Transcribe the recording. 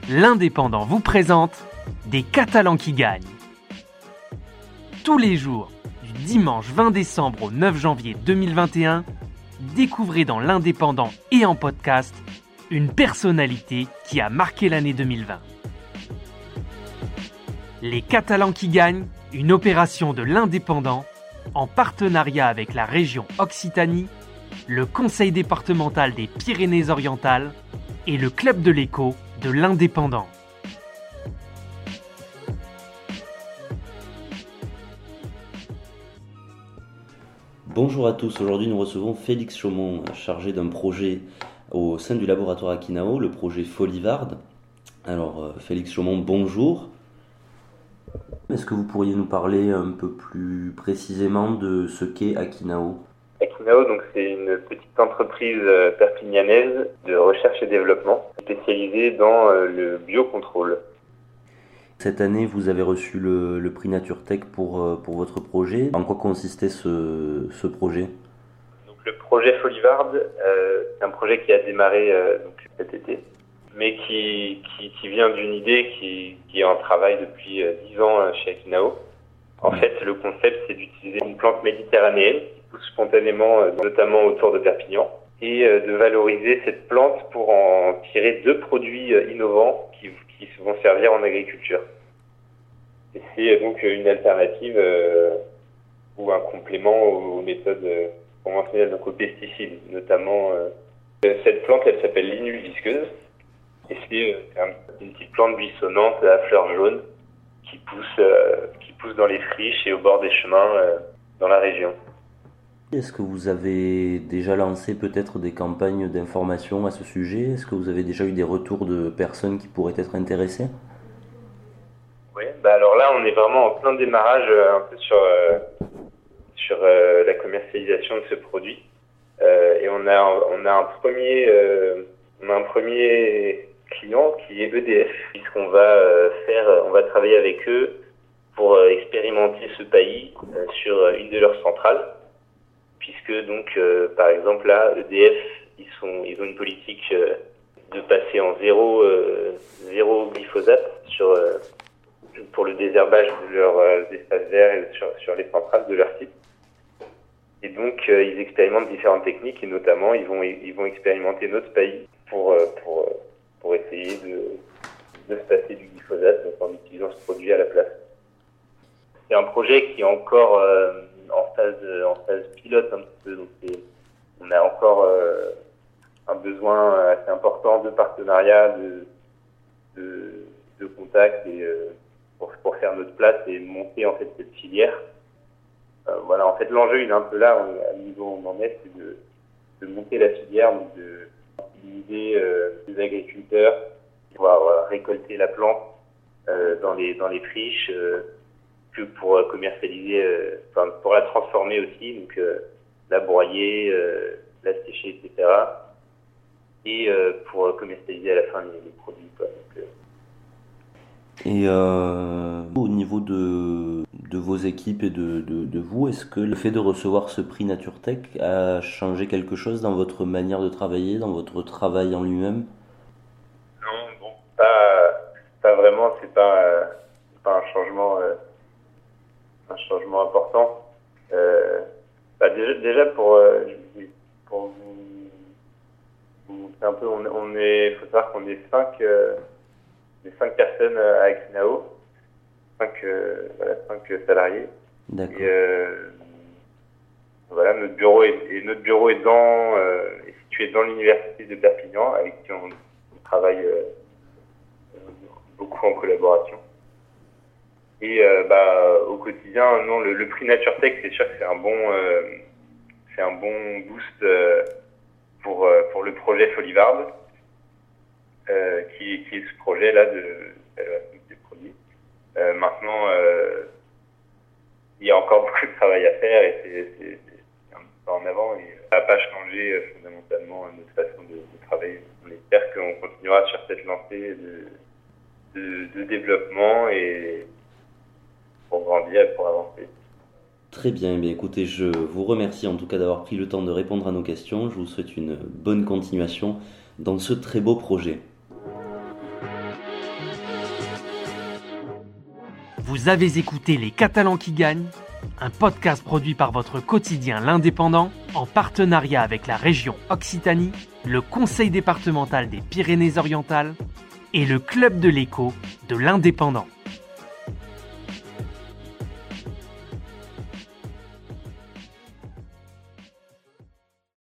l'Indépendant vous présente des Catalans qui gagnent. Tous les jours, du dimanche 20 décembre au 9 janvier 2021, découvrez dans l'Indépendant et en podcast une personnalité qui a marqué l'année 2020. Les Catalans qui gagnent, une opération de l'Indépendant en partenariat avec la région Occitanie, le Conseil départemental des Pyrénées-Orientales et le Club de l'Écho de l'Indépendant. Bonjour à tous, aujourd'hui nous recevons Félix Chaumont, chargé d'un projet au sein du laboratoire Akinao, le projet Folivard. Alors Félix Chaumont, bonjour. Est-ce que vous pourriez nous parler un peu plus précisément de ce qu'est Akinao ? Akinao, donc, c'est une petite entreprise perpignanaise de recherche et développement spécialisée dans le biocontrôle. Cette année, vous avez reçu le prix NatureTech pour votre projet. En quoi consistait ce projet ? Donc, le projet Folivard, c'est un projet qui a démarré donc, cet été, mais qui vient d'une idée qui est en travail depuis 10 ans chez Akinao. En fait, le concept, c'est d'utiliser une plante méditerranéenne qui pousse spontanément, notamment autour de Perpignan, et de valoriser cette plante pour en tirer 2 produits innovants qui vont servir en agriculture. Et c'est donc une alternative ou un complément aux méthodes conventionnelles, donc aux pesticides, notamment. Cette plante, elle s'appelle l'inule visqueuse, et c'est une petite plante buissonnante à fleurs jaunes qui pousse dans les friches et au bord des chemins dans la région. Est-ce que vous avez déjà lancé peut-être des campagnes d'information à ce sujet ? Est-ce que vous avez déjà eu des retours de personnes qui pourraient être intéressées ? Oui, alors là, on est vraiment en plein démarrage un peu sur la commercialisation de ce produit. Et on a un premier client qui est EDF, puisqu'on on va travailler avec eux pour expérimenter ce paillis sur une de leurs centrales. Puisque donc, par exemple, là, EDF, ils ont une politique de passer en zéro glyphosate pour le désherbage de leurs espaces verts et sur les centrales de leur site. Et donc, ils expérimentent différentes techniques et notamment, ils vont expérimenter notre paillis pour essayer de se passer du glyphosate en utilisant ce produit à la place. C'est un projet qui est encore en phase pilote un petit peu, donc on a encore un besoin assez important de partenariat, de contact et pour faire notre place et monter en fait cette filière. Voilà, en fait l'enjeu il est un peu là, à niveau où on en est, c'est de monter la filière, donc de sensibiliser les agriculteurs, pouvoir récolter la plante dans les friches, que pour commercialiser, pour la transformer aussi, donc la broyer, la sécher, etc. Et pour commercialiser à la fin les produits, quoi. Donc, Et au niveau de vos équipes et de vous, est-ce que le fait de recevoir ce prix NatureTech a changé quelque chose dans votre manière de travailler, dans votre travail en lui-même ? Non, bon, pas vraiment, c'est pas un changement important. Déjà pour vous c'est un peu, faut savoir qu'on est 5 personnes à Akinao, 5 salariés. D'accord. Et voilà, notre bureau est situé dans l'université de Perpignan, avec qui on travaille beaucoup en collaboration. Et au quotidien, non, le prix NatureTech, c'est sûr que c'est un bon boost pour le projet Folivard, qui est ce projet-là des produits. Maintenant, il y a encore beaucoup de travail à faire et c'est un pas en avant et ça n'a pas changé fondamentalement notre façon de travailler. On espère qu'on continuera sur cette lancée de développement et pour grandir et pour avancer. Très bien, mais écoutez, je vous remercie en tout cas d'avoir pris le temps de répondre à nos questions. Je vous souhaite une bonne continuation dans ce très beau projet. Vous avez écouté Les Catalans qui gagnent, un podcast produit par votre quotidien L'Indépendant en partenariat avec la région Occitanie, le Conseil départemental des Pyrénées-Orientales et le Club de l'écho de L'Indépendant.